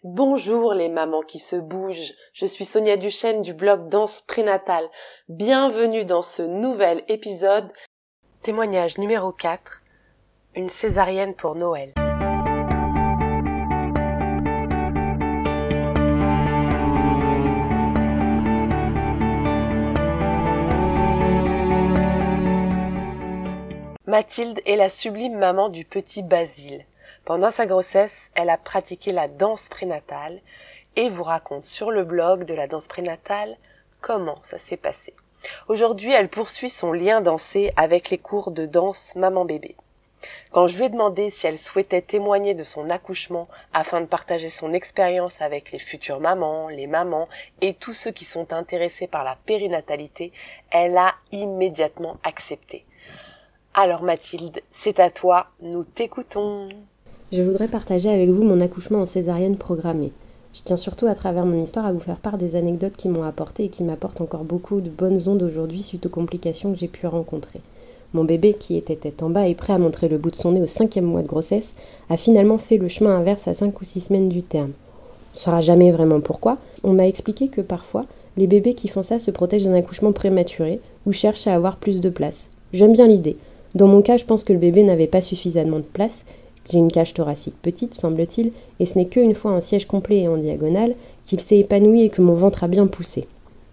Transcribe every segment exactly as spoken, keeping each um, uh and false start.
Bonjour les mamans qui se bougent, je suis Sonia Duchesne du blog Danse Prénatale. Bienvenue dans ce nouvel épisode. Témoignage numéro quatre, une césarienne pour Noël. Mathilde est la sublime maman du petit Basile. Pendant sa grossesse, elle a pratiqué la danse prénatale et vous raconte sur le blog de la danse prénatale comment ça s'est passé. Aujourd'hui, elle poursuit son lien dansé avec les cours de danse maman-bébé. Quand je lui ai demandé si elle souhaitait témoigner de son accouchement afin de partager son expérience avec les futures mamans, les mamans et tous ceux qui sont intéressés par la périnatalité, elle a immédiatement accepté. Alors Mathilde, c'est à toi, nous t'écoutons. Je voudrais partager avec vous mon accouchement en césarienne programmée. Je tiens surtout à travers mon histoire à vous faire part des anecdotes qui m'ont apporté et qui m'apportent encore beaucoup de bonnes ondes aujourd'hui suite aux complications que j'ai pu rencontrer. Mon bébé, qui était tête en bas et prêt à montrer le bout de son nez au cinquième mois de grossesse, a finalement fait le chemin inverse à cinq ou six semaines du terme. On ne saura jamais vraiment pourquoi. On m'a expliqué que parfois, les bébés qui font ça se protègent d'un accouchement prématuré ou cherchent à avoir plus de place. J'aime bien l'idée. Dans mon cas, je pense que le bébé n'avait pas suffisamment de place. J'ai une cage thoracique petite, semble-t-il, et ce n'est qu'une fois un siège complet et en diagonale qu'il s'est épanoui et que mon ventre a bien poussé.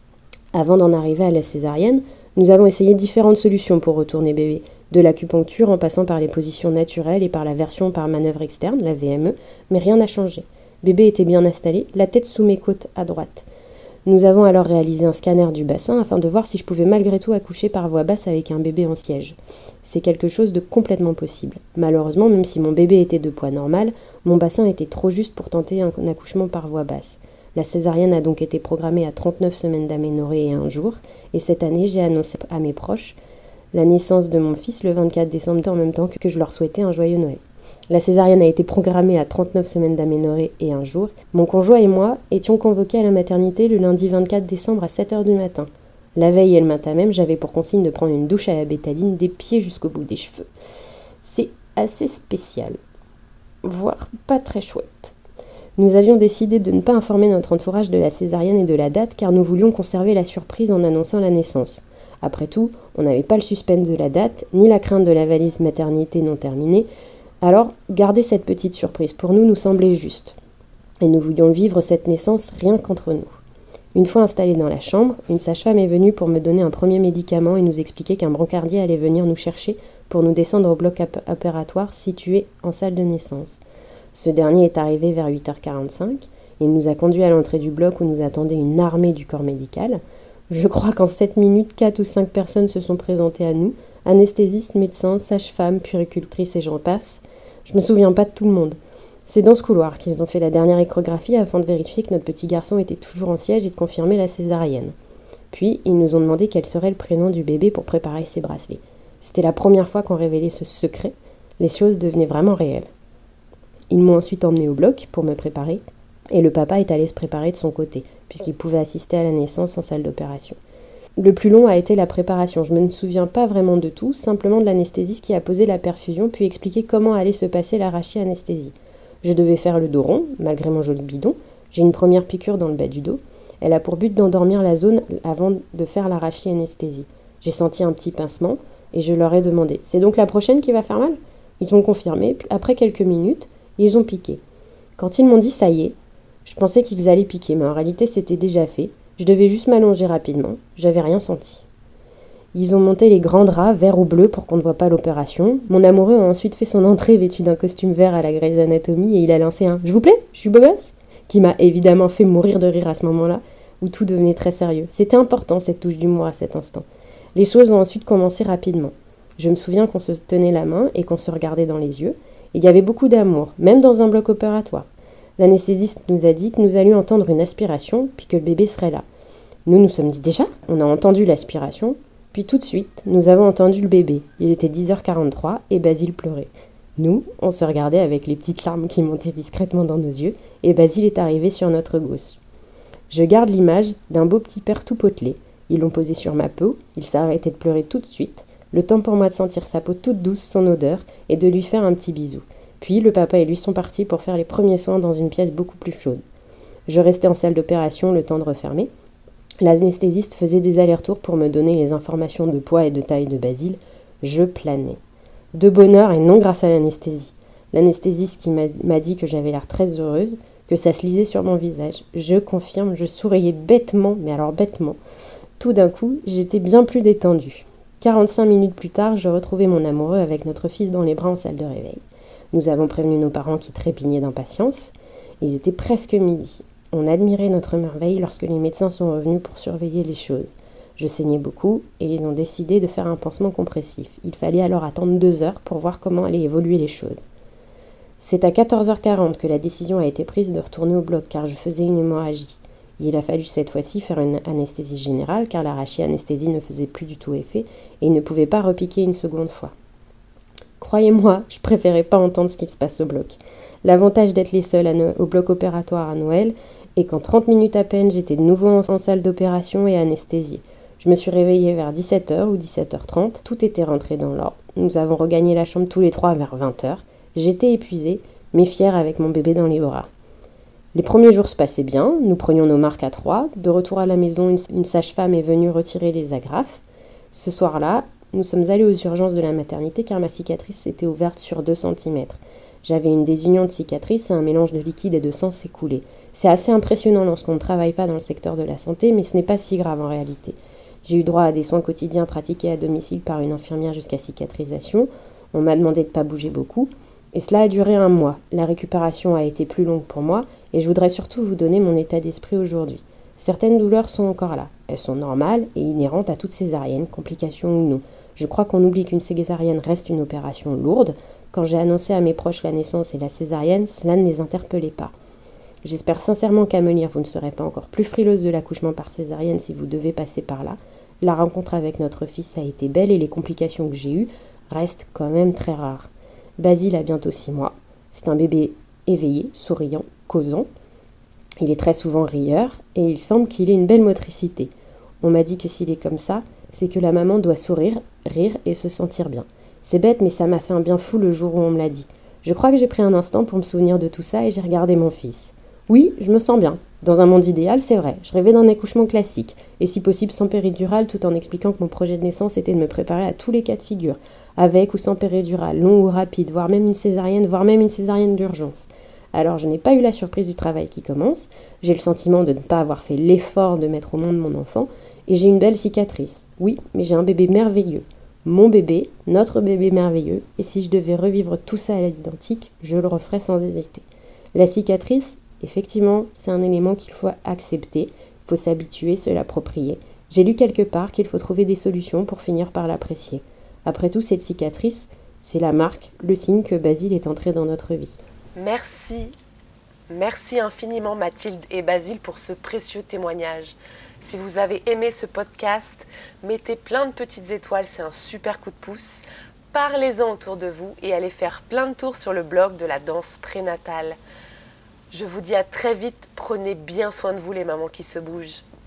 Avant d'en arriver à la césarienne, nous avons essayé différentes solutions pour retourner bébé, de l'acupuncture en passant par les positions naturelles et par la version par manœuvre externe, la V M E, mais rien n'a changé. Bébé était bien installé, la tête sous mes côtes à droite. Nous avons alors réalisé un scanner du bassin afin de voir si je pouvais malgré tout accoucher par voie basse avec un bébé en siège. C'est quelque chose de complètement possible. Malheureusement, même si mon bébé était de poids normal, mon bassin était trop juste pour tenter un accouchement par voie basse. La césarienne a donc été programmée à trente-neuf semaines d'aménorrhée et un jour, et cette année j'ai annoncé à mes proches la naissance de mon fils le vingt-quatre décembre en même temps que je leur souhaitais un joyeux Noël. La césarienne a été programmée à trente-neuf semaines d'aménorrhée et un jour. Mon conjoint et moi étions convoqués à la maternité le lundi vingt-quatre décembre à sept heures du matin. La veille et le matin même, j'avais pour consigne de prendre une douche à la bétadine des pieds jusqu'au bout des cheveux. C'est assez spécial, voire pas très chouette. Nous avions décidé de ne pas informer notre entourage de la césarienne et de la date car nous voulions conserver la surprise en annonçant la naissance. Après tout, on n'avait pas le suspense de la date, ni la crainte de la valise maternité non terminée. Alors, garder cette petite surprise pour nous nous semblait juste. Et nous voulions vivre cette naissance rien qu'entre nous. Une fois installée dans la chambre, une sage-femme est venue pour me donner un premier médicament et nous expliquer qu'un brancardier allait venir nous chercher pour nous descendre au bloc opératoire situé en salle de naissance. Ce dernier est arrivé vers huit heures quarante-cinq. Il nous a conduits à l'entrée du bloc où nous attendait une armée du corps médical. Je crois qu'en sept minutes, quatre ou cinq personnes se sont présentées à nous, anesthésistes, médecins, sages-femmes, puéricultrices et j'en passe. Je me souviens pas de tout le monde. C'est dans ce couloir qu'ils ont fait la dernière échographie afin de vérifier que notre petit garçon était toujours en siège et de confirmer la césarienne. Puis, ils nous ont demandé quel serait le prénom du bébé pour préparer ses bracelets. C'était la première fois qu'on révélait ce secret. Les choses devenaient vraiment réelles. Ils m'ont ensuite emmené au bloc pour me préparer et le papa est allé se préparer de son côté puisqu'il pouvait assister à la naissance en salle d'opération. Le plus long a été la préparation. Je ne me souviens pas vraiment de tout, simplement de l'anesthésiste qui a posé la perfusion puis expliqué comment allait se passer l'arraché-anesthésie. Je devais faire le dos rond, malgré mon joli bidon. J'ai une première piqûre dans le bas du dos. Elle a pour but d'endormir la zone avant de faire l'arraché-anesthésie. J'ai senti un petit pincement et je leur ai demandé « C'est donc la prochaine qui va faire mal ?» Ils ont confirmé, puis après quelques minutes, ils ont piqué. Quand ils m'ont dit « Ça y est », je pensais qu'ils allaient piquer, mais en réalité c'était déjà fait. Je devais juste m'allonger rapidement, j'avais rien senti. Ils ont monté les grands draps vert ou bleu pour qu'on ne voit pas l'opération. Mon amoureux a ensuite fait son entrée vêtu d'un costume vert à la Grey's Anatomy et il a lancé un « Je vous plaît ? Je suis beau gosse ?» qui m'a évidemment fait mourir de rire à ce moment-là, où tout devenait très sérieux. C'était important cette touche d'humour à cet instant. Les choses ont ensuite commencé rapidement. Je me souviens qu'on se tenait la main et qu'on se regardait dans les yeux. Il y avait beaucoup d'amour, même dans un bloc opératoire. L'anesthésiste nous a dit que nous allions entendre une aspiration, puis que le bébé serait là. Nous nous sommes dit déjà, on a entendu l'aspiration, puis tout de suite, nous avons entendu le bébé. Il était dix heures quarante-trois et Basile pleurait. Nous, on se regardait avec les petites larmes qui montaient discrètement dans nos yeux, et Basile est arrivé sur notre gauche. Je garde l'image d'un beau petit père tout potelé. Ils l'ont posé sur ma peau, il s'est arrêté de pleurer tout de suite, le temps pour moi de sentir sa peau toute douce, son odeur, et de lui faire un petit bisou. Puis le papa et lui sont partis pour faire les premiers soins dans une pièce beaucoup plus chaude. Je restais en salle d'opération le temps de refermer. L'anesthésiste faisait des allers-retours pour me donner les informations de poids et de taille de Basile. Je planais. De bonheur et non grâce à l'anesthésie. L'anesthésiste qui m'a, m'a dit que j'avais l'air très heureuse, que ça se lisait sur mon visage. Je confirme, je souriais bêtement, mais alors bêtement. Tout d'un coup, j'étais bien plus détendue. quarante-cinq minutes plus tard, je retrouvais mon amoureux avec notre fils dans les bras en salle de réveil. Nous avons prévenu nos parents qui trépignaient d'impatience. Il était presque midi. On admirait notre merveille lorsque les médecins sont revenus pour surveiller les choses. Je saignais beaucoup et ils ont décidé de faire un pansement compressif. Il fallait alors attendre deux heures pour voir comment allaient évoluer les choses. C'est à quatorze heures quarante que la décision a été prise de retourner au bloc car je faisais une hémorragie. Il a fallu cette fois-ci faire une anesthésie générale car la rachianesthésie ne faisait plus du tout effet et il ne pouvait pas repiquer une seconde fois. Croyez-moi, je préférais pas entendre ce qui se passe au bloc. L'avantage d'être les seuls à no- au bloc opératoire à Noël est qu'en trente minutes à peine, j'étais de nouveau en, en salle d'opération et anesthésiée. Je me suis réveillée vers dix-sept heures ou dix-sept heures trente. Tout était rentré dans l'ordre. Nous avons regagné la chambre tous les trois vers vingt heures. J'étais épuisée, mais fière avec mon bébé dans les bras. Les premiers jours se passaient bien. Nous prenions nos marques à trois. De retour à la maison, une, une sage-femme est venue retirer les agrafes. Ce soir-là, nous sommes allés aux urgences de la maternité car ma cicatrice s'était ouverte sur deux centimètres. J'avais une désunion de cicatrice et un mélange de liquide et de sang s'écoulait. C'est assez impressionnant lorsqu'on ne travaille pas dans le secteur de la santé, mais ce n'est pas si grave en réalité. J'ai eu droit à des soins quotidiens pratiqués à domicile par une infirmière jusqu'à cicatrisation. On m'a demandé de ne pas bouger beaucoup. Et cela a duré un mois. La récupération a été plus longue pour moi et je voudrais surtout vous donner mon état d'esprit aujourd'hui. Certaines douleurs sont encore là. Elles sont normales et inhérentes à toute césarienne, complications ou non. Je crois qu'on oublie qu'une césarienne reste une opération lourde. Quand j'ai annoncé à mes proches la naissance et la césarienne, cela ne les interpellait pas. J'espère sincèrement qu'à me lire, vous ne serez pas encore plus frileuse de l'accouchement par césarienne si vous devez passer par là. La rencontre avec notre fils a été belle et les complications que j'ai eues restent quand même très rares. Basile a bientôt six mois. C'est un bébé éveillé, souriant, causant. Il est très souvent rieur et il semble qu'il ait une belle motricité. On m'a dit que s'il est comme ça, c'est que la maman doit sourire, rire et se sentir bien. C'est bête, mais ça m'a fait un bien fou le jour où on me l'a dit. Je crois que j'ai pris un instant pour me souvenir de tout ça et j'ai regardé mon fils. Oui, je me sens bien. Dans un monde idéal, c'est vrai, je rêvais d'un accouchement classique, et si possible sans péridurale, tout en expliquant que mon projet de naissance était de me préparer à tous les cas de figure, avec ou sans péridurale, long ou rapide, voire même une césarienne, voire même une césarienne d'urgence. Alors je n'ai pas eu la surprise du travail qui commence, j'ai le sentiment de ne pas avoir fait l'effort de mettre au monde mon enfant, et j'ai une belle cicatrice. Oui, mais j'ai un bébé merveilleux. Mon bébé, notre bébé merveilleux, et si je devais revivre tout ça à l'identique, je le referais sans hésiter. La cicatrice, effectivement, c'est un élément qu'il faut accepter, il faut s'habituer, se l'approprier. J'ai lu quelque part qu'il faut trouver des solutions pour finir par l'apprécier. Après tout, cette cicatrice, c'est la marque, le signe que Basile est entré dans notre vie. Merci, merci infiniment Mathilde et Basile pour ce précieux témoignage. Si vous avez aimé ce podcast, mettez plein de petites étoiles, c'est un super coup de pouce. Parlez-en autour de vous et allez faire plein de tours sur le blog de la danse prénatale. Je vous dis à très vite, prenez bien soin de vous les mamans qui se bougent.